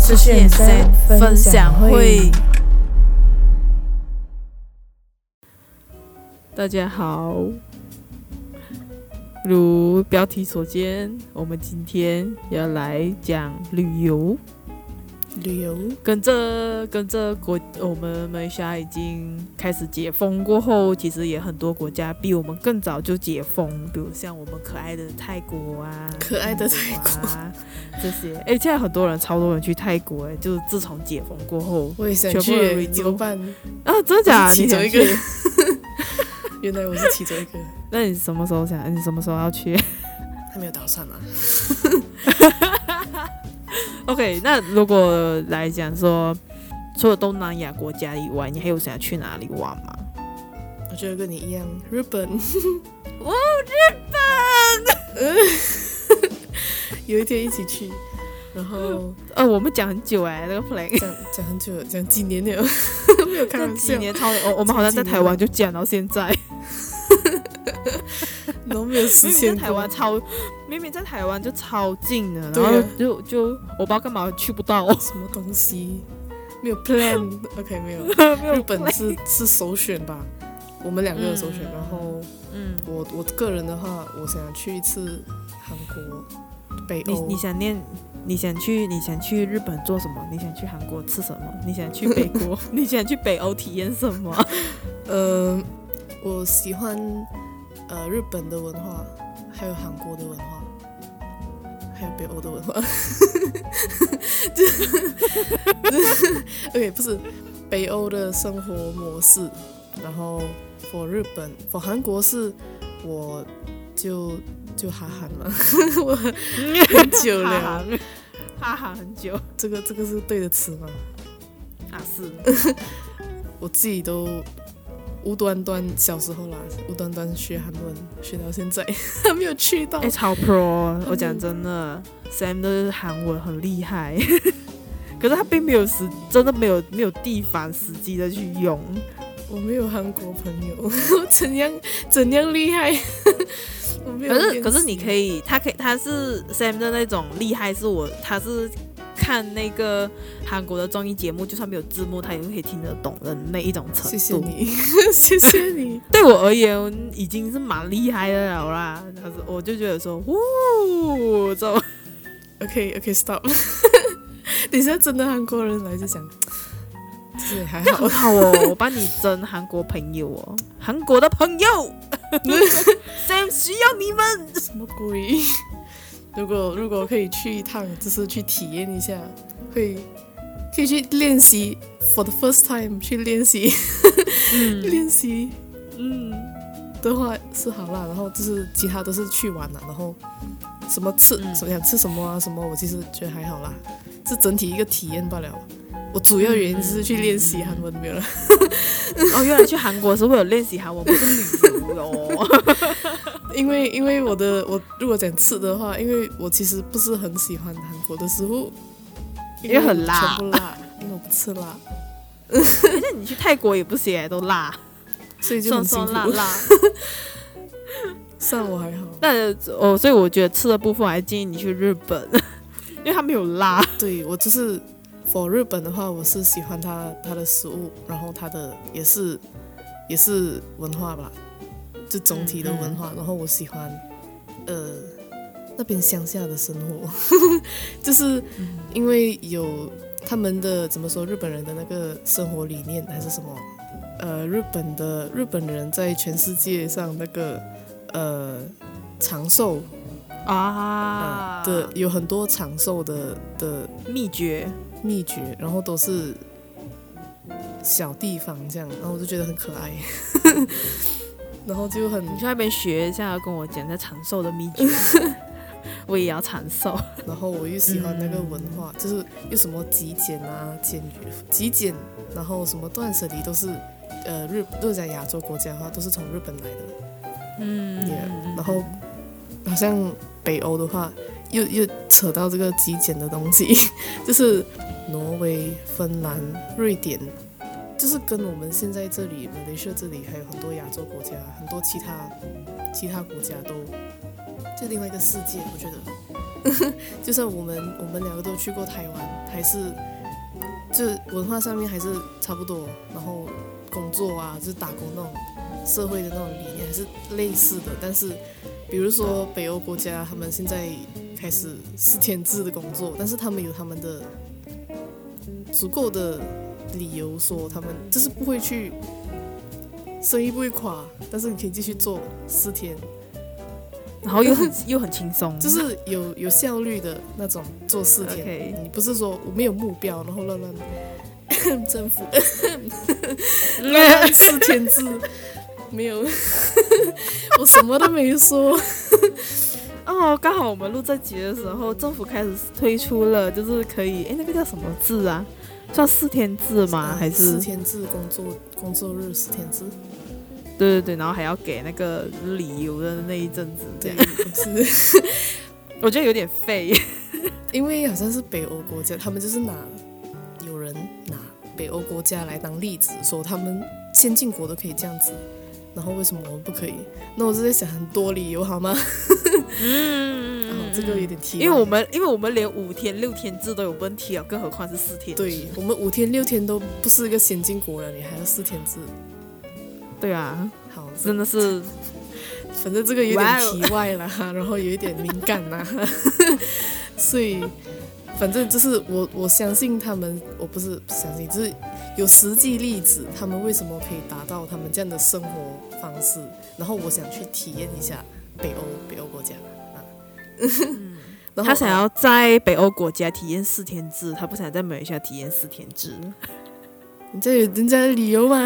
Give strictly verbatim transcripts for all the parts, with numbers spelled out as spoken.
是现身分享会。 大家好，如标题所见，我们今天要来讲旅游。 旅游跟着跟着国，我们马来西亚已经开始解封过后，其实也很多国家比我们更早就解封，比如像我们可爱的泰国啊， 可爱的泰国啊这些。哎，现在很多人，超多人去泰国，哎，就是自从解封过后， 我也想去，怎么办？ 啊，真的假的？ 其中一个，原来我是其中一个。 那你什么时候想？你什么时候要去？ 还没有打算啊。 OK， 那如果来讲说，除了东南亚国家以外，你还有想去哪里玩吗？ 我觉得跟你一样，日本。 哦，日本！有一天一起去，然后呃，我们讲很久哎、欸，那个 plan 讲讲很久，讲几年了，没有开玩笑。 几年超，我我们好像在台湾就讲到现在。 都没有实现过。 明明在台湾超，明明在台湾就超近的，然后就就我不知道干嘛去不到。 什么东西？没有 plan。OK， 没有。 没有日本是是首选吧？我们两个有首选。嗯、然后， 嗯， 我我个人的话，我想去一次韩国、北欧。 你你想念？你想去？你想去日本做什么？你想去韩国吃什么？你想去北国？你想去北欧体验什么？ 呃，我喜欢。呃，日本的文化，还有韩国的文化，还有北欧的文化。OK， 不是北欧的生活模式，然后 for 日本 for 韩国是，我就就哈韩嘛，我很久了， 哈韩很久， 这个这个是对的词吗？ 啊是， 我自己都。无端端小时候啦，无端端学韩文学到现在，还没有去到。 哎，超 pro！ 我讲真的 ，Sam 的韩文很厉害，可是他并没有实，真的没有没有地方实际的去用。 我没有韩国朋友，我怎样怎样厉害？我没有。 可是可是你可以，他可以，他是 Sam 的那种厉害，是我他是。看那个韩国的综艺节目，就算没有字幕，他也会听得懂的那一种程度。 谢谢你，谢谢你。 对我而言，已经是蛮厉害的了啦。但是我就觉得说，呜，这种 OK OK stop。你现在真的韩国人来就讲，就是还好， 很好哦。我帮你争韩国朋友哦，韩国的朋友，Sam 需要你们。 什么鬼？如果如果可以去一趟，就是去体验一下，会可以去练习 for the first time 去练习，嗯、练习，嗯的话是好啦。然后就是其他都是去玩啦，然后什么吃，嗯、想吃什么啊什么，我其实觉得还好啦，是整体一个体验罢了。我主要原因就是去练习韩文没有了。 哦，原来去韩国是为了练习韩文，不是旅游哦。 因为因为我的我如果讲吃的话，因为我其实不是很喜欢韩国的食物， 因为很辣， 全部辣，因为我不吃辣。 那你去泰国也不行，都辣， 所以就很辛苦。 酸酸辣辣。 算我还好。 那哦，所以我觉得吃的部分，我还建议你去日本，因为它没有辣。 对，我就是 for 日本的话，我是喜欢它它的食物，然后它的也是也是文化吧。就总体的文化，嗯嗯、然后我喜欢，呃，那边乡下的生活，就是因为有他们的怎么说，日本人的那个生活理念还是什么，呃，日本的日本人在全世界上那个呃长寿啊、 呃、的有很多长寿的的秘诀秘诀，然后都是小地方这样，然后我就觉得很可爱。然后就很， 你去那边学一下，跟我讲在长寿的秘诀，我也要长寿。 然后我又喜欢那个文化，嗯、就是有什么极简啊、简极简，然后什么断舍离都是，呃，日如果在亚洲国家的话，都是从日本来的。嗯， yeah, 然后好像北欧的话，又又扯到这个极简的东西，就是挪威、芬兰、瑞典。就是跟我们现在这里马来西亚这里还有很多亚洲国家，很多其他其他国家都就另外一个世界，我觉得就算我们我们两个都去过台湾，还是就文化上面还是差不多，然后工作啊，就是打工那种社会的那种理念还是类似的。但是比如说北欧国家，他们现在开始四天制的工作，但是他们有他们的足够的理由说他们就是不会去生意不会垮，但是你可以继续做四天， 然后又很又很轻松， 就是有有效率的那种做四天。 Okay. 你不是说我没有目标，然后乱乱政府乱乱四天制，没有，我什么都没说。 哦，刚好我们录这集的时候，政府开始推出了，就是可以，哎，那个叫什么制啊？算四天制吗？还是四天制工作工作日四天制？ 对对对，然后还要给那个理由的那一阵子，这样对，是我觉得有点废， 因为好像是北欧国家，他们就是拿有人拿北欧国家来当例子，说他们先进国都可以这样子，然后为什么我们不可以？那我就在想很多理由好吗？嗯，然后这个有点题外， 因为我们因为我们连五天六天制都有问题了，更何况是四天制。 对，我们五天六天都不是一个先进国了，你还要四天制。 对啊， 好， 真的是， 反正这个有点题外啦，然后有一点敏感啦，所以反正就是我我相信他们，我不是相信，就是有实际例子，他们为什么可以达到他们这样的生活方式，然后我想去体验一下北欧北欧国家啊， 嗯、然后他想要在北欧国家体验四天制，他不想在马来西亚体验四天制。 人家有人家的理由吗？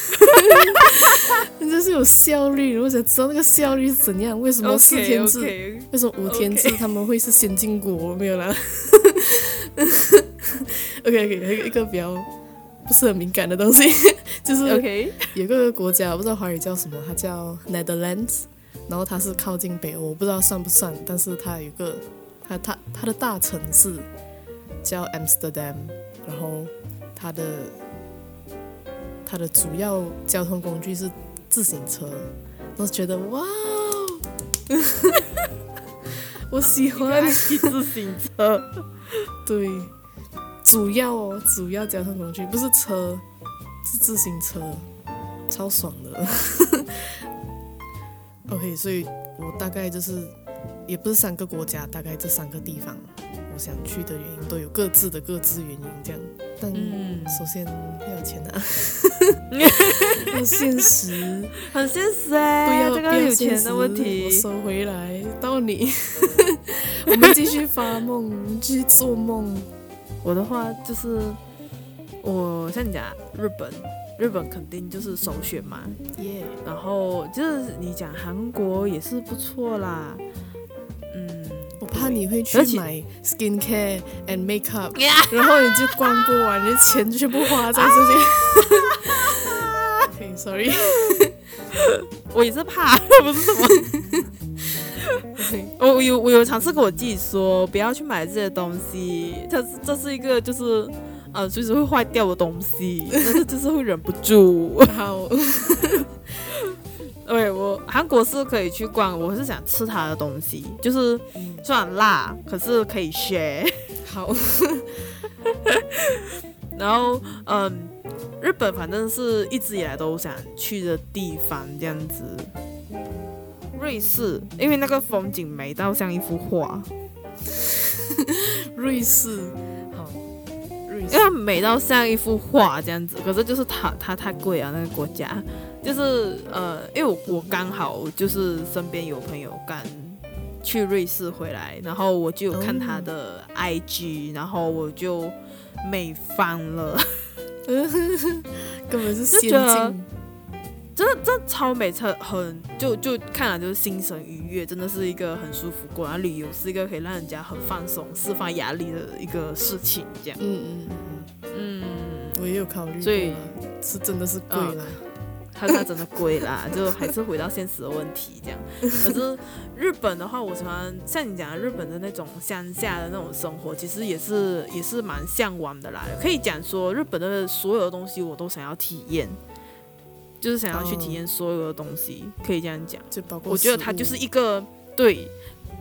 人家是有效率，我想知道那个效率是怎样。为什么四天制？ okay, okay, 为什么五天制？ Okay. 他们会是先进国？没有啦。OK OK， 一个比较不是很敏感的东西，就是有个国家，我不知道华语叫什么，它叫 Netherlands， 然后它是靠近北欧，我不知道算不算，但是它有一个它它它的大城市叫 Amsterdam， 然后它的。它的主要交通工具是自行车，我觉得哇，我喜欢骑自行车。 对，主要哦，主要交通工具不是车，是自行车，超爽的。OK， 所以我大概就是也不是三个国家，大概这三个地方，我想去的原因都有各自的各自原因，这样。但首先要有钱啊，很现实， 很现实哎、欸，这个有钱的问题， 我收回来，到你，我们继续发梦，继续做梦。 我的话就是，我像你讲日本，日本肯定就是首选嘛，耶、yeah. 然后就是你讲韩国也是不错啦，嗯。 我怕你会去买 skincare and makeup， 然后你就逛不完，你的钱全部花在这里。OK， sorry， 我也是怕，不是什么。Okay. 我有我有尝试跟我自己说，不要去买这些东西，它这是一个就是呃随时会坏掉的东西，但是就是会忍不住。 好。 对，我韩国是可以去逛，我是想吃它的东西，就是虽然辣，可是可以 share。 好， 然后嗯，日本反正是一直以来都想去的地方，这样子。瑞士，因为那个风景美到像一幅画。 瑞士，好，瑞士， 因为它美到像一幅画这样子，可是就是它它太贵啊，那个国家。就是呃，因为我我刚好就是身边有朋友刚去瑞士回来，然后我就有看他的 I G，、oh. 然后我就美翻了， 根本是仙境， 真的真的超美，超很就就看了就是心神愉悦，真的是一个很舒服。果然旅游是一个可以让人家很放松、释放压力的一个事情，这样。 嗯嗯嗯嗯，我也有考虑过， 所以是真的是贵啦。嗯它它真的贵啦，就还是回到现实的问题这样。可是日本的话，我喜欢像你讲的日本的那种乡下的那种生活，其实也是也是蛮向往的啦。可以讲说，日本的所有的东西我都想要体验，就是想要去体验所有的东西，可以这样讲。 就包括我觉得它就是一个对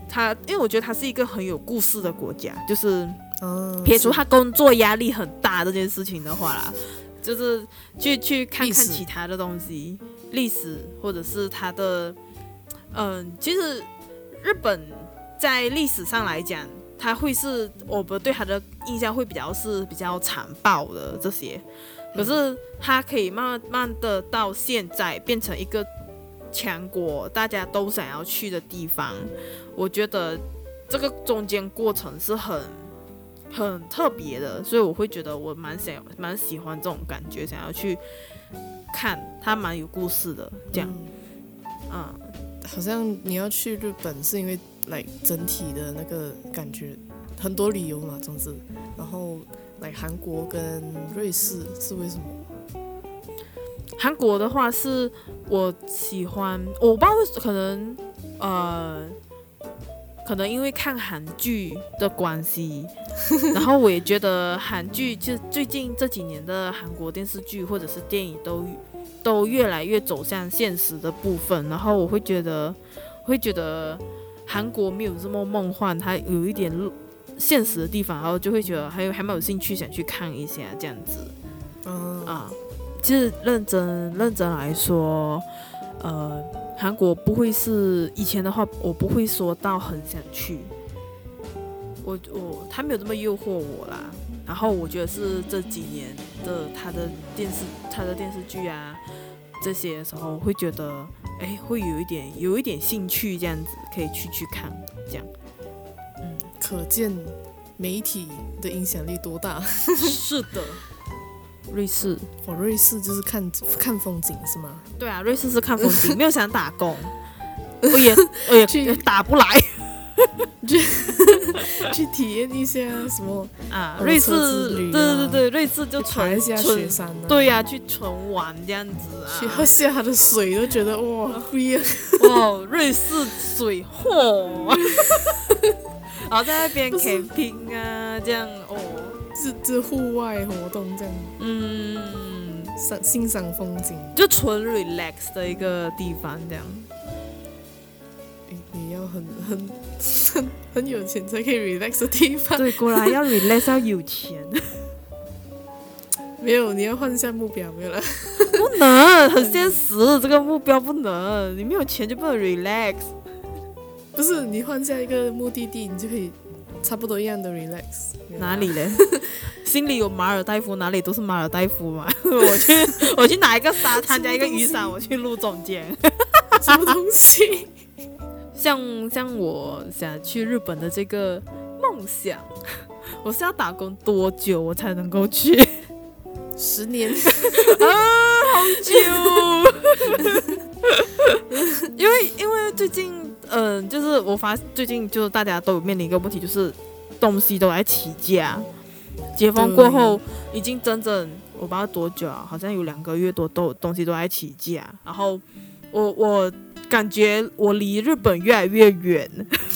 它因为我觉得它是一个很有故事的国家，就是嗯， 撇除他工作压力很大这件事情的话啦，就是去去看看其他的东西，历史或者是它的，嗯，其实日本在历史上来讲，它会是我们对它的印象会比较是比较残暴的这些，可是它可以慢慢的到现在变成一个强国，大家都想要去的地方，我觉得这个中间过程是很。很特别的，所以我会觉得我蛮想蛮喜欢这种感觉，想要去看它，蛮有故事的这样。嗯， 嗯好像你要去日本是因为来整体的那个感觉很多理由嘛，总之，然后来韩国跟瑞士是为什么？ 韩国的话是我喜欢，我不知道为什么，可能呃。可能因为看韩剧的关系，然后我也觉得韩剧就最近这几年的韩国电视剧或者是电影都都越来越走向现实的部分，然后我会觉得会觉得韩国没有这么梦幻，它有一点现实的地方，然后就会觉得还还蛮有兴趣想去看一下这样子。 嗯啊，其实认真认真来说，呃。韩国不会是以前的话，我不会说到很想去，我我他没有这么诱惑我啦。然后我觉得是这几年的他的电视他的电视剧啊这些时候，会觉得哎会有一点有一点兴趣这样子，可以去去看这样。 嗯，可见媒体的影响力多大。 是的。瑞士， 我、哦、瑞士就是看看风景是吗？ 对啊，瑞士是看风景，没有想打工，我也我也去打不来， 去去体验一下什么啊？瑞士，对对对，瑞士就爬一下雪山、啊， 对呀、啊，去纯玩这样子啊， 去喝下它的水都觉得哇不一样， 哇，瑞士水嚯，然后在那边 camping 啊，这样哦。 是这户外活动这样， 嗯， 赏欣赏风景， 就纯 relax 的一个地方这样。 你要很很很很有钱才可以 relax 的地方。 对，果然要 relax 要有钱。 没有，你要换下目标，没有了。 不能，很现实，这个目标不能，你没有钱就不能 relax。 不是，你换下一个目的地，你就可以。差不多一样的 relax， 哪里嘞？心里有马尔代夫，哪里都是马尔代夫嘛。我去，我去拿一个沙滩加一个雨伞，我去路中间。 什么东西？ 像像我想去日本的这个梦想，我是要打工多久我才能够去？ 十年啊，好久。因为因为最近。嗯、呃，就是我发最近就是大家都有面临一个问题，就是东西都在起价。解封过后，已经整整我不知道多久啊，好像有两个月多都东西都在起价。然后我我感觉我离日本越来越远。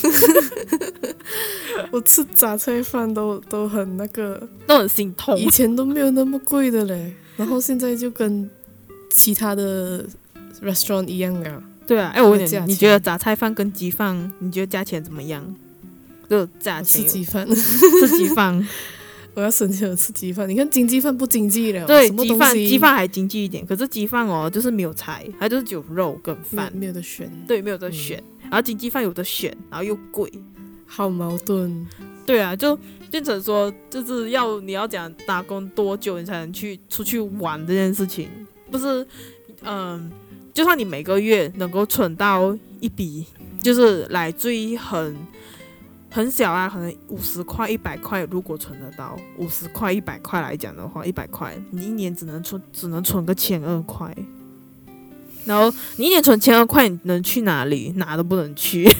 我吃杂菜饭都都很那个， 都很心痛。 以前都没有那么贵的嘞，然后现在就跟其他的 restaurant 一样了。 对啊，哎，我问你，你觉得杂菜饭跟鸡饭，你觉得价钱怎么样？就价钱。 吃鸡饭， 吃鸡饭。 我要省钱吃鸡饭。你看经济饭不经济了， 对， 什么鸡饭鸡饭还经济一点，可是鸡饭哦，就是没有菜，它就是只有肉跟饭， 没有得选。 对，没有得选。嗯、然后经济饭有得选，然后又贵， 好矛盾。 对啊，就变成说，就是要你要讲打工多久你才能去出去玩这件事情，不是，嗯。就算你每个月能够存到一笔，就是来最很很小啊，可能五十块、一百块，如果存得到五十块、一百块来讲的话，一百块你一年只能存只能存个千二块，然后你一年存千二块，你能去哪里？哪都不能去。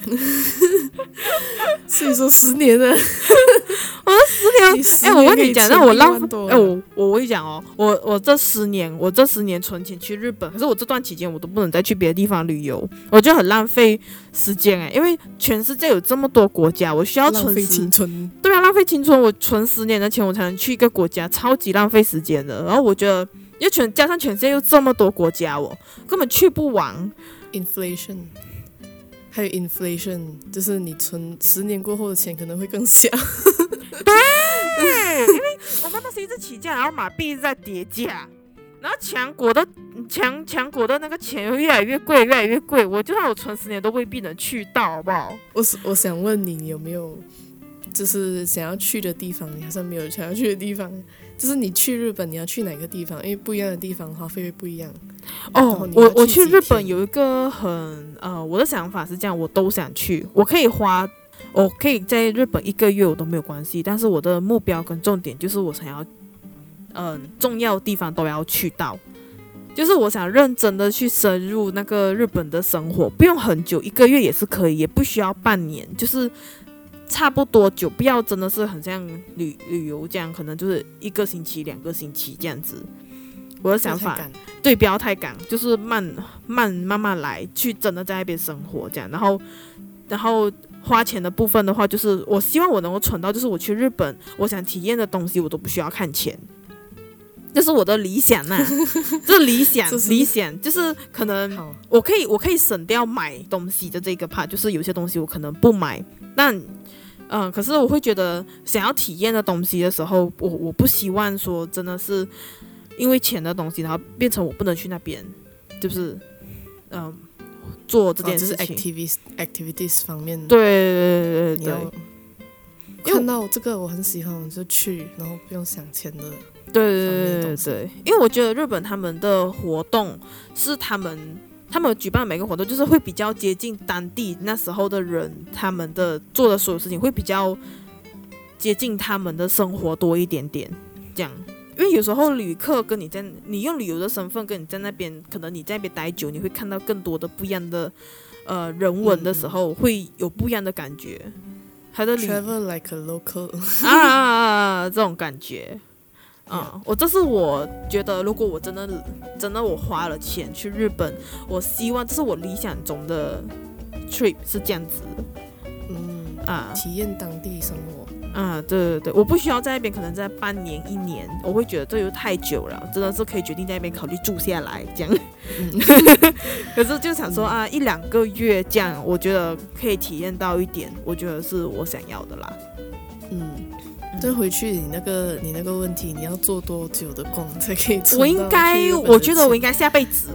所以说十年了，我说十年，哎、欸，我跟你讲，让我浪费，哎、欸，我我跟你讲哦，我我这十年，我这十年存钱去日本，可是我这段期间我都不能再去别的地方旅游，我觉得很浪费时间哎、欸，因为全世界有这么多国家，我需要存浪费青春， 对啊，浪费青春，我存十年的钱我才能去一个国家，超级浪费时间的。然后我觉得，因为全加上全世界又这么多国家，我根本去不完。 Inflation。 还有 inflation， 就是你存十年过后的钱可能会更小。 对，因为我们东西一直起价，然后马币一直在叠价，然后强国的强强国的那个钱又越来越贵，越来越贵。我就算我存十年都未必能去到，好不好？ 我我想问你，你有没有就是想要去的地方？你好像没有想要去的地方。就是你去日本，你要去哪个地方？因为不一样的地方花费会不一样。 哦，我我去日本有一个很呃，我的想法是这样，我都想去，我可以花，我可以在日本一个月我都没有关系，但是我的目标跟重点就是我想要，嗯、呃，重要地方都要去到，就是我想认真的去深入那个日本的生活，不用很久，一个月也是可以，也不需要半年，就是差不多久，不要真的是很像旅旅游这样，可能就是一个星期、两个星期这样子。我的想法，对，不要太赶，就是慢慢慢慢来，去真的在那边生活这样。然后，然后花钱的部分的话，就是我希望我能够存到，就是我去日本，我想体验的东西，我都不需要看钱。这是我的理想呐、啊，这是理想，理想就是可能我可以我可以省掉买东西的这个 part， 就是有些东西我可能不买，但嗯、呃，可是我会觉得想要体验的东西的时候，我我不希望说真的是因为钱的东西，然后变成我不能去那边，就是嗯、呃、做这件事情。 哦、就是 activities activities 方面， 对对对对对。 看到这个我很喜欢，我就去，然后不用想钱的。 对对对对，因为我觉得日本他们的活动是他们他们举办每个活动就是会比较接近当地那时候的人，他们的做的所有事情会比较接近他们的生活多一点点，这样。因为有时候旅客跟你在你用旅游的身份跟你在那边，可能你在那边待久，你会看到更多的不一样的呃人文的时候，会有不一样的感觉。他的 travel like a local 啊啊啊啊这种感觉。嗯，我这是我觉得，如果我真的真的我花了钱去日本，我希望这是我理想中的 trip 是这样子的。 嗯啊， 体验当地生活。 啊，对对对，我不需要在那边，可能在半年一年，我会觉得这又太久了，真的是可以决定在那边考虑住下来这样。嗯、可是就想说啊，一两个月这样，我觉得可以体验到一点，我觉得是我想要的啦。 嗯。再回去你那个你那个问题，你要做多久的工才可以存到去日本的钱？ 我应该，我觉得我应该下辈子。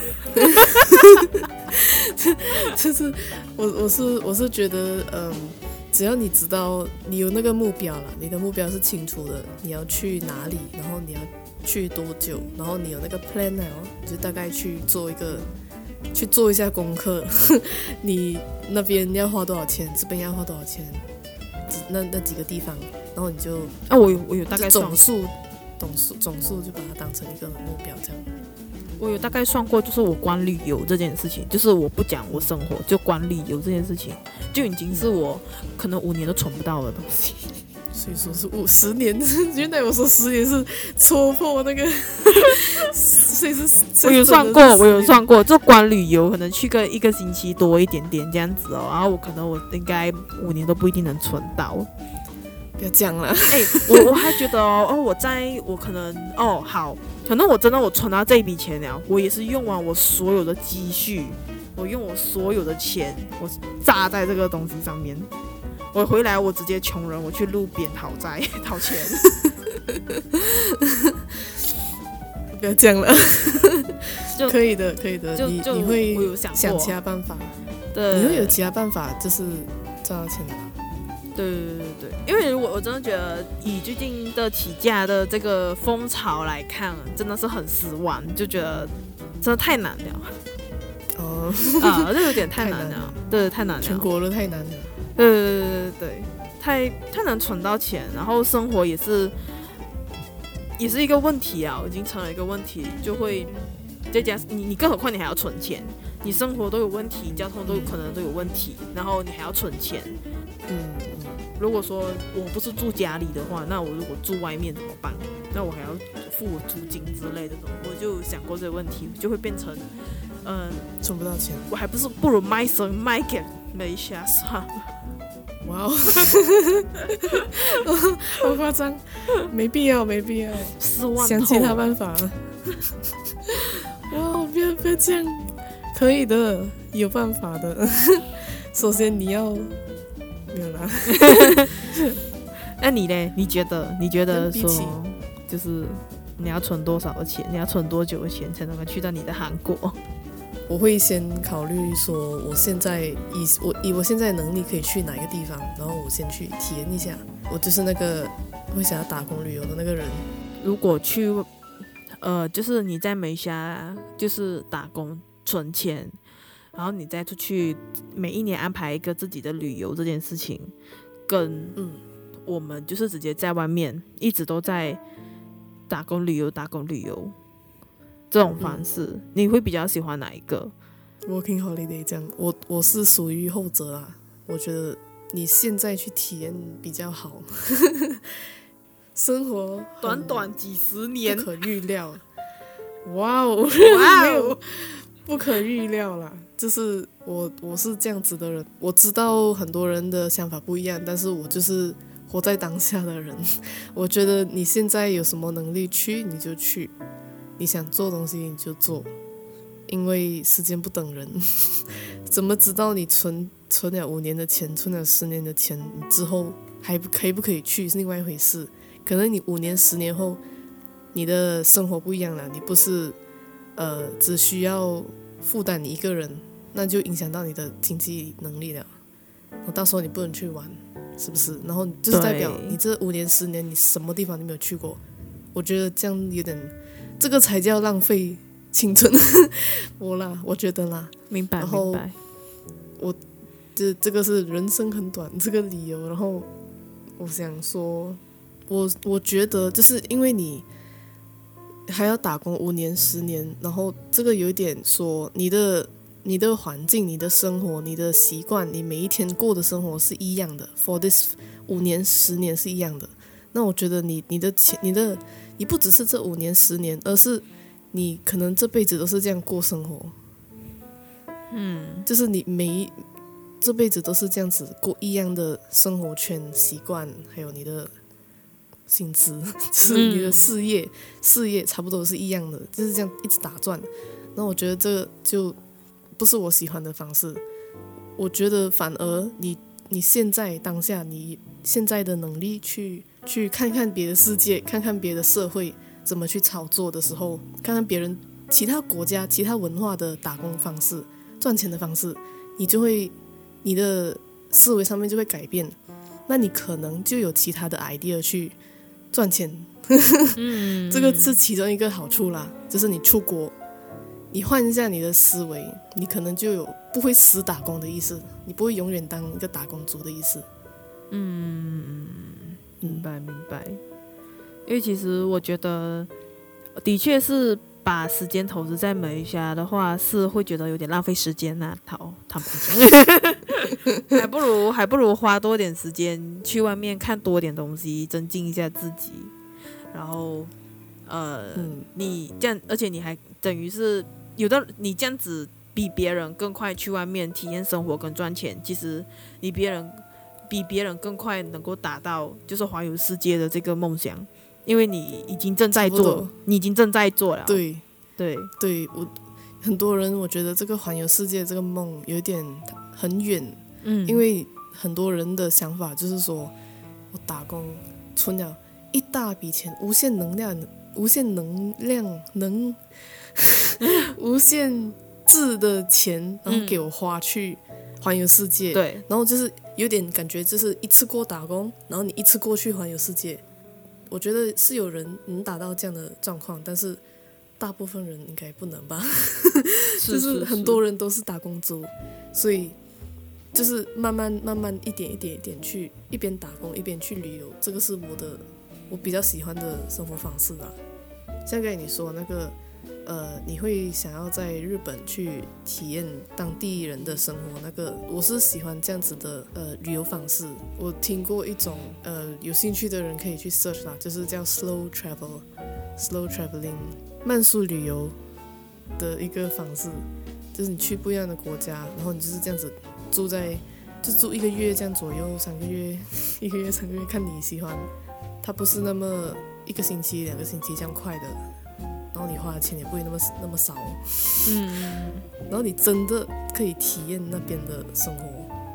就是我我是我是觉得，嗯，只要你知道你有那个目标了，你的目标是清楚的，你要去哪里，然后你要去多久，然后你有那个 plan 了，就大概去做一个去做一下功课，你那边要花多少钱，这边要花多少钱，那那几个地方。然后你就啊，我有我有大概总数，总数总数就把它当成一个目标这样。 我有大概算过，就是我光旅游这件事情，就是我不讲我生活，就光旅游这件事情，就已经是我可能五年都存不到的东西。 所以说是五十年，原来我说十年是戳破那个，所以是我有算过，我有算过，就光旅游可能去个一个星期多一点点这样子哦，然后我可能我应该五年都不一定能存到。 不要讲了， 哎、欸，我我还觉得哦，哦，我在我可能哦好，可能我真的我存到这一笔钱了，我也是用完我所有的积蓄，我用我所有的钱，我砸在这个东西上面，我回来我直接穷人，我去路边讨债讨钱。 不要讲了，可以的，可以的，你你会想其他办法， 对， 你会有其他办法，就是赚到钱的。 对对对对，因为我我真的觉得以最近的起价的这个风潮来看，真的是很失望，就觉得真的太难了。 哦， 啊，这有点太难了，了对，太难了， 全国都太难了。 对对对对对，太太难存到钱，然后生活也是也是一个问题啊，已经成了一个问题，就会再加你你更何况你还要存钱，你生活都有问题，交通都有可能都有问题，然后你还要存钱。嗯，如果说我不是住家里的话，那我如果住外面怎么办？那我还要付我租金之类的，我就想过这个问题，就会变成，嗯， 存不到钱， 我还不是不如卖身卖给梅霞算了。 哇哦，好夸张，没必要，没必要， 失望透了， 想其他办法。哇，不要不要这样，可以的，有办法的。 首先你要没有啦。 那你呢？你觉得？你觉得比起说，就是你要存多少的钱？你要存多久的钱才能够去到你的韩国？ 我会先考虑说，我现在以我以我现在的能力可以去哪一个地方，然后我先去体验一下。我就是那个会想要打工旅游的那个人。 如果去，呃，就是你在美霞就是打工存钱，然后你再出去，每一年安排一个自己的旅游这件事情，跟嗯， 我们就是直接在外面一直都在打工旅游、打工旅游这种方式，嗯、你会比较喜欢哪一个 ？Working holiday 这样，我我是属于后者啦。我觉得你现在去体验比较好，生活短短几十年不可预料。哇哦， 哇哦， 不可预料啦。就是我我是这样子的人，我知道很多人的想法不一样，但是我就是活在当下的人。我觉得你现在有什么能力去你就去。你想做东西你就做，因为时间不等人。怎么知道你存存了五年的钱，存了十年的钱，你之后还不可以不可以去是另外一回事。可能你五年十年后，你的生活不一样了，你不是呃只需要负担你一个人，那就影响到你的经济能力了。到时候你不能去玩，是不是？然后就是代表你这五年十年你什么地方都没有去过。我觉得这样有点。这个才叫浪费青春，我啦，我觉得啦， 明白， 然后明白。 我这这个是人生很短这个理由，然后我想说，我我觉得就是因为你还要打工五年十年，然后这个有一点说你的你的环境、你的生活、你的习惯，你每一天过的生活是一样的 ，for this 五年十年是一样的。那我觉得你你的钱你的你不只是这五年十年，而是你可能这辈子都是这样过生活。 嗯， 就是你每一这辈子都是这样子过一样的生活圈习惯，还有你的薪资，就是你的事业、嗯、事业差不多是一样的，就是这样一直打转。那我觉得这就不是我喜欢的方式。我觉得反而你你现在当下你现在的能力去去看看别的世界，看看别的社会怎么去操作的时候，看看别人其他国家其他文化的打工方式、赚钱的方式，你就会你的思维上面就会改变，那你可能就有其他的 idea 去赚钱。 嗯， 这个是其中一个好处啦，就是你出国，你换一下你的思维，你可能就有不会死打工的意思，你不会永远当一个打工族的意思。 嗯，明白明白。因为其实我觉得，的确是把时间投资在马来西亚的话，是会觉得有点浪费时间呐、啊。好，他们讲，还不如还不如花多点时间去外面看多点东西，增进一下自己。然后，呃，嗯、你这样，而且你还等于是有的，你这样子比别人更快去外面体验生活跟赚钱。其实你别人。比别人更快能够达到就是环游世界的这个梦想，因为你已经正在做，你已经正在做了。 对对对，我很多人我觉得这个环游世界这个梦有点很远，嗯，因为很多人的想法就是说，我打工存了一大笔钱，无限能量，无限能量能无限制的钱，然后给我花去环游世界， 对， 然后就是有点感觉就是一次过打工，然后你一次过去环游世界。我觉得是有人能达到这样的状况，但是大部分人应该不能吧。 是就是很多人都是打工族，所以就是慢慢慢慢一点一点一点去一边打工一边去旅游，这个是我的我比较喜欢的生活方式啦。像刚才你说那个呃，你会想要在日本去体验当地人的生活，那个我是喜欢这样子的呃旅游方式。我听过一种呃有兴趣的人可以去 search 啦，就是叫 slow travel slow traveling 慢速旅游的一个方式，就是你去不一样的国家，然后你就是这样子住在就住一个月这样左右，三个月一个月三个月看你喜欢，它不是那么一个星期两个星期这样快的，然后你花的钱也不会那么那么少， 嗯， 然后你真的可以体验那边的生活，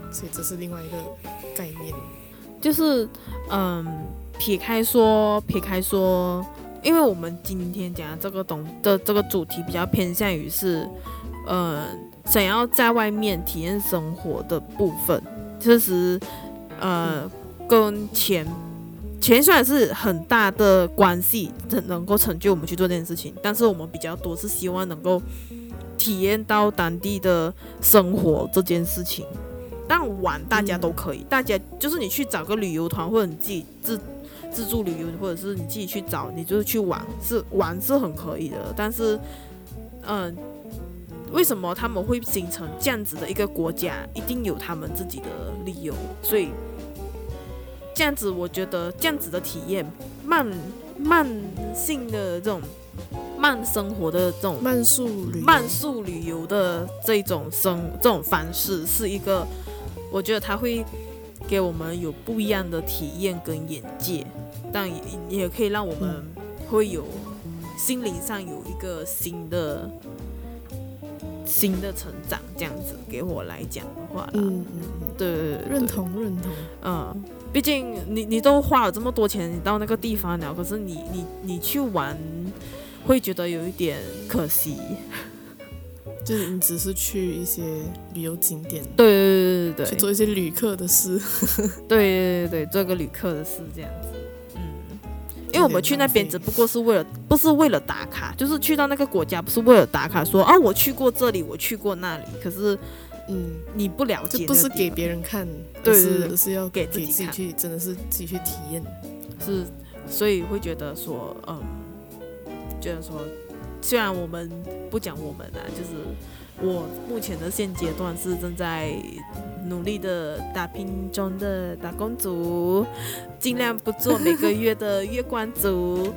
所以这是另外一个概念。 就是嗯，撇开说，撇开说，因为我们今天讲的这个东的这个主题比较偏向于是，呃，想要在外面体验生活的部分，其实呃跟钱钱虽然是很大的关系，能够成就我们去做这件事情，但是我们比较多是希望能够体验到当地的生活这件事情。但玩大家都可以，大家就是你去找个旅游团，或者你自己自自助旅游，或者是你自己去找，你就是去玩，是玩是很可以的。但是，嗯、呃，为什么他们会形成这样子的一个国家？一定有他们自己的理由。所以，这样子我觉得这样子的体验，慢慢性的这种慢生活的这种慢速旅游慢速旅游的这种生这种方式，是一个。我觉得它会给我们有不一样的体验跟眼界，但 也, 也可以让我们会有心灵上有一个新的新的成长，这样子给我来讲的话啦， 嗯嗯， 对对对， 认同认同， 嗯，毕竟你你都花了这么多钱，你到那个地方了，可是你你你去玩，会觉得有一点可惜。 就是你只是去一些旅游景点， 对对对对对， 去做一些旅客的事， 对对对对，做个旅客的事这样子，嗯，因为我们去那边只不过是为了，不是为了打卡，就是去到那个国家不是为了打卡说啊我去过这里，我去过那里，可是嗯你不了解， 就不是给别人看， 对而是而是要给自己自己看， 去，真的是自己去体验， 是，所以会觉得说，嗯，觉得说。虽然我们不讲我们啊，就是我目前的现阶段是正在努力的打拼中的打工族，尽量不做每个月的月光族。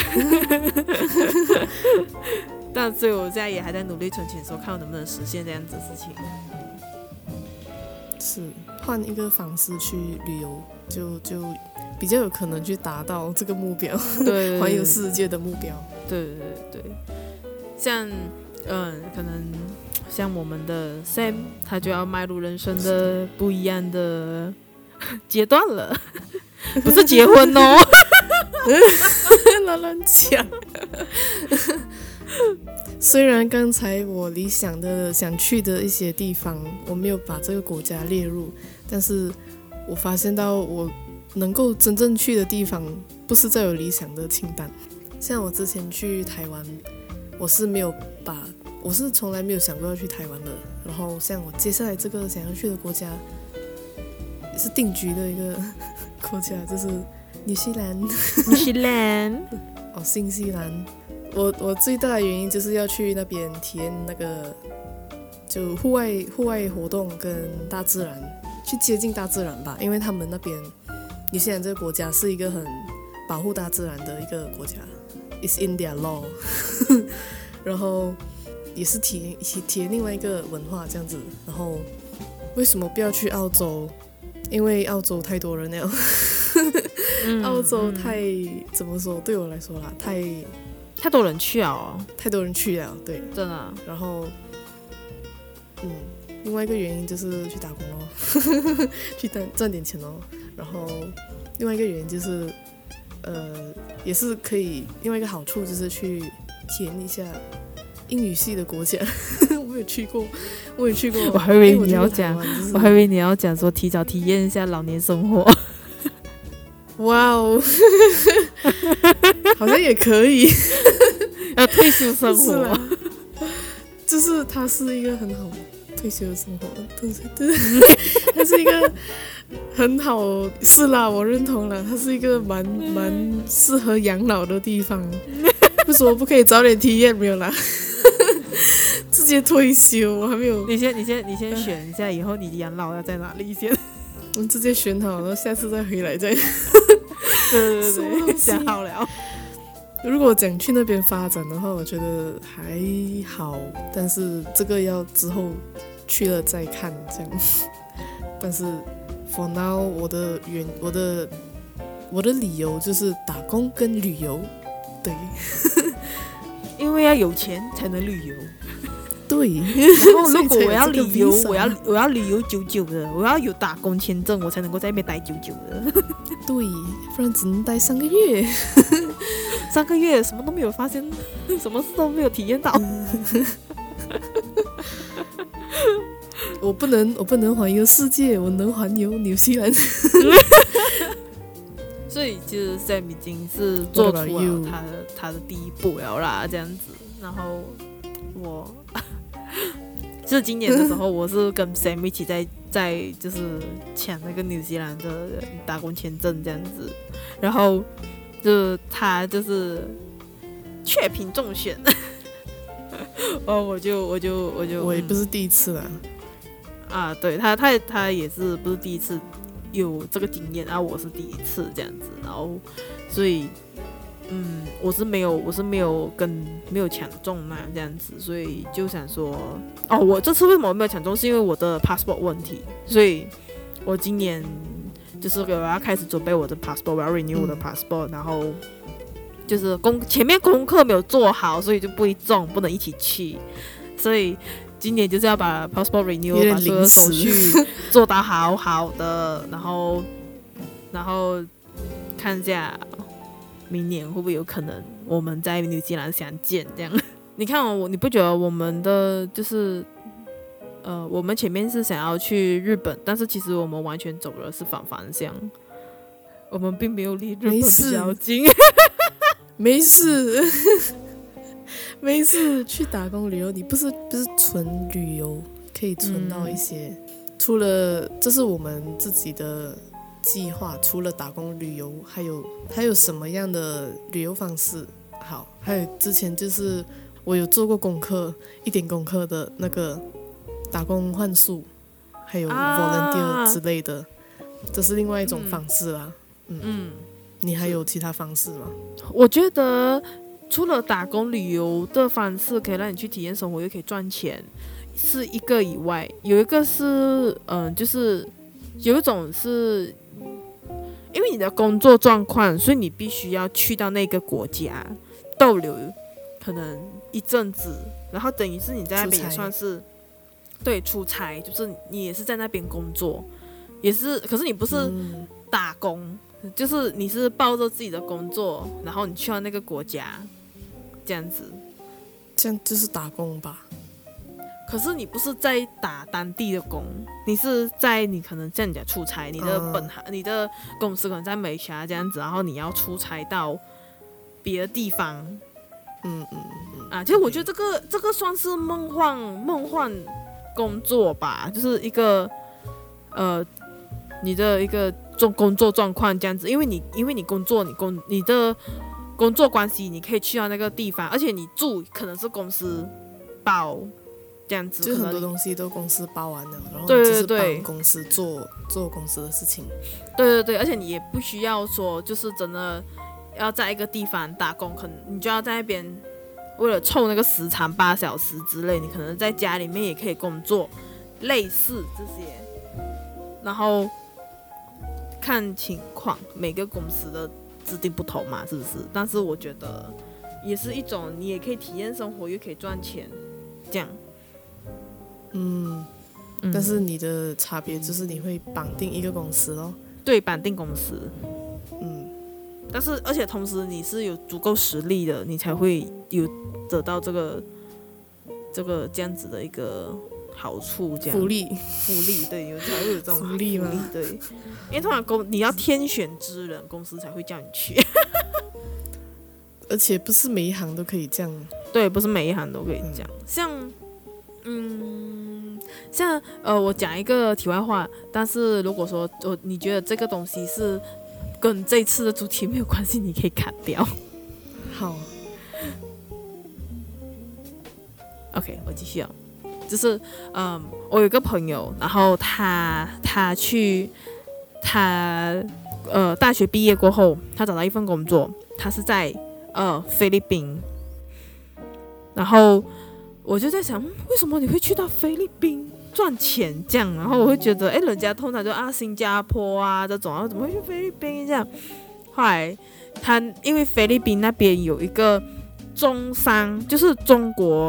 但所以我现在也还在努力存钱，说看我能不能实现这样子的事情。 是换一个方式去旅游，就就比较有可能去达到这个目标， 对， 环游世界的目标。 对对对对，像嗯，可能像我们的 Sam， 他就要迈入人生的不一样的阶段了，不是结婚哦， 乱乱讲。虽然刚才我理想的想去的一些地方，我没有把这个国家列入，但是我发现到我能够真正去的地方，不是在我理想的清单。像我之前去台湾，我是没有把，我是从来没有想过要去台湾的。然后像我接下来这个想要去的国家，也是定居的一个国家，就是纽西兰。 纽西兰， 哦，新西兰。我我最大的原因就是要去那边体验那个，就户外户外活动跟大自然，去接近大自然吧。因为他们那边纽西兰这个国家是一个很保护大自然的一个国家。It's in their law 然后也是体验体验另外一个文化这样子。然后为什么不要去澳洲？因为澳洲太多人了澳洲太、嗯、怎么说，对我来说啦，太太多人去了哦， 太多人去了，对， 真的。 然后嗯，另外一个原因就是去打工咯去赚点钱咯。然后另外一个原因就是呃，也是可以，另外一个好处就是去体验一下英语系的国家。我有去过，我有去过。 我还以为你要讲， 我, 我还以为你要讲说提早体验一下老年生活。 哇哦，好像也可以。 要退休生活， 就是它是一个很好退休的生活，对对，它是一个很好，是啦，我认同了，它是一个蛮蛮适合养老的地方。为什么不可以早点体验？没有啦，直接退休，我还没有。 你先，你先，你先选一下，以后你养老要在哪里先？ 我们直接选好，然后下次再回来再。 对对对，想好了。 如果讲去那边发展的话，我觉得还好，但是这个要之后去了再看这样。但是 for now 我的原我的我的理由就是打工跟旅游，对， 因为要有钱才能旅游。 对， 然后如果我要旅游， 所以才有这个 visa 我要我要旅游久久的，我要有打工签证，我才能够在那边待久久的。 对，不然只能待三个月。 三个月什么都没有发现，什么事都没有体验到。 我不能，我不能环游世界，我能环游纽西兰。 所以其实 Sam 已经是做出 What about you？ 了他的他的第一步了啦，这样子。然后我就是今年的时候，我是跟 Sam 一起在在就是抢那个纽西兰的打工签证这样子，然后就是他就是确评中选，哦，我就我就我就我也不是第一次啦。 啊，对他他他也是不是第一次有这个经验啊，我是第一次这样子，然后所以嗯，我是没有我是没有跟没有抢中那这样子，所以就想说哦，我这次为什么没有抢中，是因为我的 passport 问题，所以我今年就是我要开始准备我的 passport， 我要 renew 我的 passport，、嗯、然后就是功前面功课没有做好，所以就不会中，不能一起去，所以今年就是要把 passport renew 把所有手续做到好好的，然后然后看一下明年会不会有可能我们在纽西兰相见这样。你看我，你不觉得我们的就是呃，我们前面是想要去日本，但是其实我们完全走的是反方向，我们并没有离日本比较近。 没事。没事，去打工旅游，你不是不是纯旅游，可以存到一些。嗯、除了这是我们自己的计划，除了打工旅游，还有还有什么样的旅游方式？好，还有之前就是我有做过功课，一点功课的那个打工换宿，还有 volunteer 之类的，啊、这是另外一种方式啦。嗯，嗯你还有其他方式吗？ 我觉得。除了打工旅游的方式可以让你去体验生活，又可以赚钱，是一个以外，有一个是，嗯、呃，就是有一种是，因为你的工作状况，所以你必须要去到那个国家逗留，可能一阵子，然后等于是你在那边也算是，对，出差，就是你也是在那边工作，也是，可是你不是打工。嗯就是你是抱着自己的工作，然后你去到那个国家，这样子， 这样就是打工吧？ 可是你不是在打当地的工，你是在你可能像你家出差，你的本行、嗯、你的公司可能在美霞这样子，然后你要出差到别的地方，嗯嗯嗯啊，其实我觉得这个这个算是梦幻梦幻工作吧，就是一个呃你的一个。做工作状况这样子，因为你因为你工作，你工你的工作关系，你可以去到那个地方，而且你住可能是公司包这样子， 就很多东西都公司包完了，然后你就是帮公司做做公司的事情。 对对对，而且你也不需要说就是真的要在一个地方打工，可能你就要在那边为了凑那个时长八小时之类，你可能在家里面也可以工作，类似这些，然后。看情况，每个公司的制定不同嘛，是不是？但是我觉得也是一种，你也可以体验生活，又可以赚钱，这样。 嗯，嗯但是你的差别就是你会绑定一个公司咯。 对，绑定公司。 嗯， 但是而且同时你是有足够实力的，你才会有得到这个这个这样子的一个。好处这样福利福利对，有才会有这种福利吗？ 对，因为通常公你要天选之人，公司才会叫你去。 而且不是每一行都可以这样。 对，不是每一行都可以这样。嗯、像嗯，像呃，我讲一个题外话，但是如果说我你觉得这个东西是跟这次的主题没有关系，你可以砍掉。 好。 OK， 我继续啊。就是嗯，我有一个朋友，然后他他去他呃大学毕业过后，他找到一份工作，他是在呃菲律宾，然后我就在想，为什么你会去到菲律宾赚钱这样？然后我会觉得，哎，人家通常就啊新加坡啊这种，然后怎么会去菲律宾这样？后来他因为菲律宾那边有一个中商，就是中国。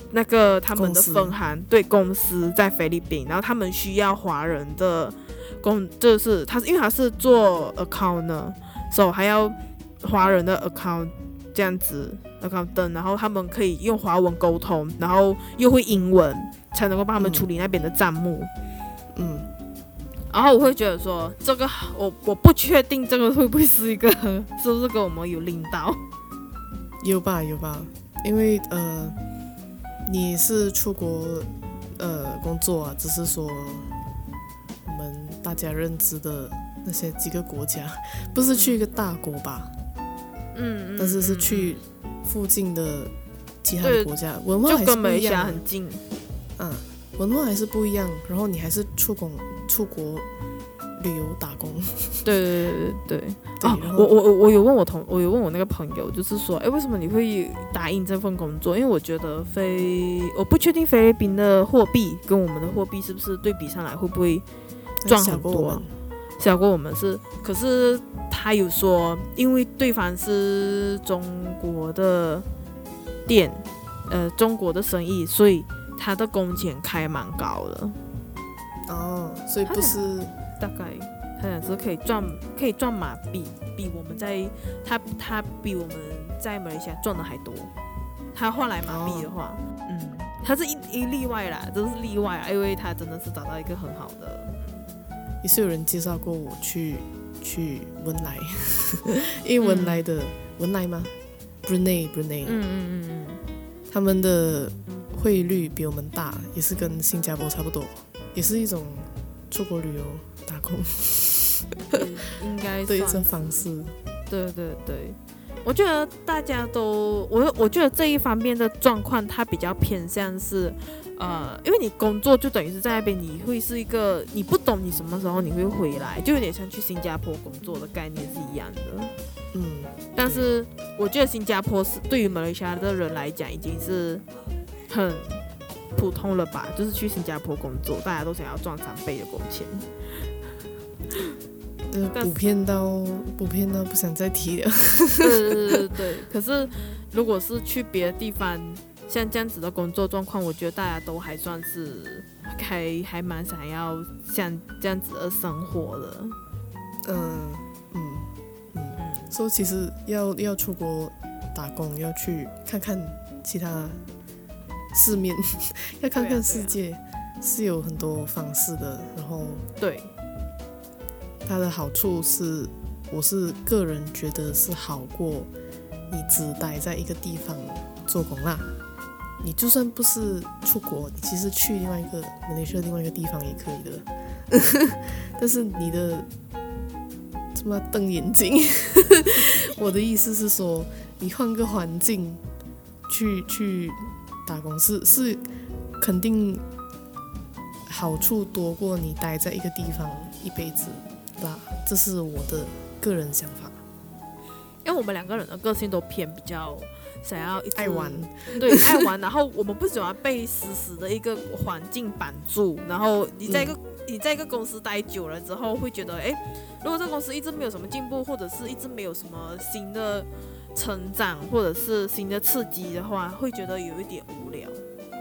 那个他们的分行对公司在菲律宾，然后他们需要华人的工，就是他因为他是做 account 呢，所以还要华人的 account 这样子 account， 然后他们可以用华文沟通，然后又会英文，才能够帮他们处理那边的账目。嗯，然后我会觉得说，这个我我不确定这个会不会是一个，是不是跟我们有领导？ 有吧有吧，因为呃，你是出国呃工作啊，只是说我们大家认知的那些几个国家，不是去一个大国吧？嗯，但是是去附近的其他的国家，文化还是不一样，就跟马来西亚很近。嗯，文化还是不一样，然后你还是出国出国旅游打工。对对对对对。啊，我我我有问我同我有问我那个朋友，就是说，哎，为什么你会答应这份工作？因为我觉得菲，我不确定菲律宾的货币跟我们的货币是不是对比上来会不会赚很多。小过我们是，可是他有说，因为对方是中国的店，呃，中国的生意，所以他的工钱开蛮高的。哦，所以不是大概，他讲是可以赚，可以赚马币，比我们在他他比我们在马来西亚赚的还多。他换来马币的话，哦、嗯，他是一一例外啦，这是例外啊，因为他真的是找到一个很好的。也是有人介绍过我去去文莱，因为文莱的、嗯、文莱吗 ？Brunei Brunei， 嗯嗯嗯嗯，他们的汇率比我们大，也是跟新加坡差不多，也是一种出国旅游打工，应该的一种方式。对对对，我觉得大家都，我我觉得这一方面的状况，它比较偏向是。呃，因为你工作就等于是在那边，你会是一个你不懂你什么时候你会回来，就有点像去新加坡工作的概念是一样的。嗯，但是我觉得新加坡是对于马来西亚的人来讲已经是很普通了吧，就是去新加坡工作，大家都想要赚三倍的工钱。呃，普遍到普遍到不想再提了。对对对对，可是如果是去别的地方。像这样子的工作状况，我觉得大家都还算是还还蛮想要像这样子的生活的。嗯嗯嗯，所以其实要要出国打工，要去看看其他世面，要看看世界，啊啊、是有很多方式的。然后对它的好处是，我是个人觉得是好过你只待在一个地方做工啦。你就算不是出国，你其实去另外一个马来西亚另外一个地方也可以的。但是你的怎么瞪眼睛？我的意思是说，你换个环境去去打工是是肯定好处多过你待在一个地方一辈子啦。这是我的个人想法。因为我们两个人的个性都偏比较。想要一直爱玩，对，爱玩，然后我们不喜欢被死死的一个环境绑住，然后你在一个、嗯、你在一个公司待久了之后，会觉得，哎，如果这个公司一直没有什么进步，或者是一直没有什么新的成长，或者是新的刺激的话，会觉得有一点无聊。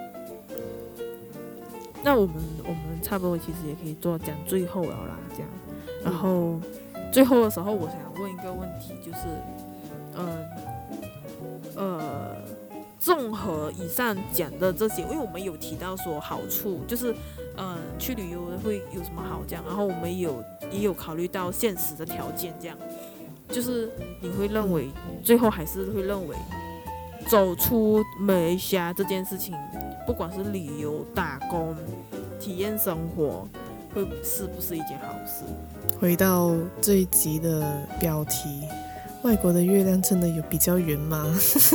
那我们我们差不多其实也可以做讲最后了啦，这样，然后、嗯、最后的时候，我想问一个问题，就是，嗯、呃。呃，综合以上讲的这些，因为我们有提到说好处，就是呃去旅游会有什么好这样，然后我们有也有考虑到现实的条件这样，就是你会认为最后还是会认为走出马来西亚这件事情，不管是旅游、打工、体验生活，会是不是一件好事？回到这一集的标题。外国的月亮真的有比较圆吗？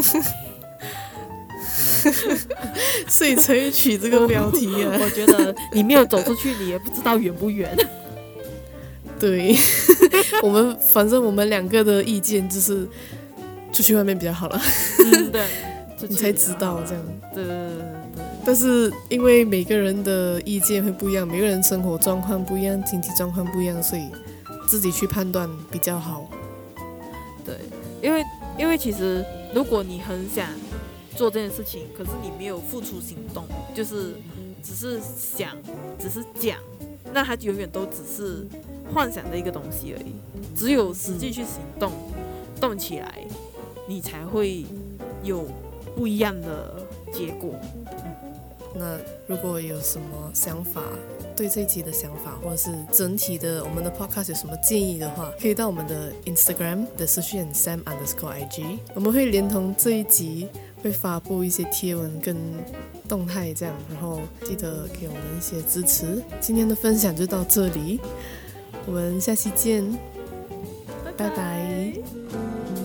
所以才会取这个标题啊。我, 我觉得你没有走出去，你也不知道圆不圆。对，我们反正我们两个的意见就是出去外面比较好了。嗯，对，你才知道这样。对对对对。但是因为每个人的意见会不一样，每个人生活状况不一样，经济状况不一样，所以自己去判断比较好。对，因为因为其实如果你很想做这件事情，可是你没有付出行动，就是只是想，只是讲，那它永远都只是幻想的一个东西而已。只有实际去行动，动起来，你才会有不一样的结果。 那如果有什么想法，对这一集的想法，或者是整体的我们的 podcast 有什么建议的话，可以到我们的 Instagram 的私讯 Sam underscore I G， 我们会连同这一集会发布一些贴文跟动态这样，然后记得给我们一些支持。今天的分享就到这里，我们下期见，拜拜。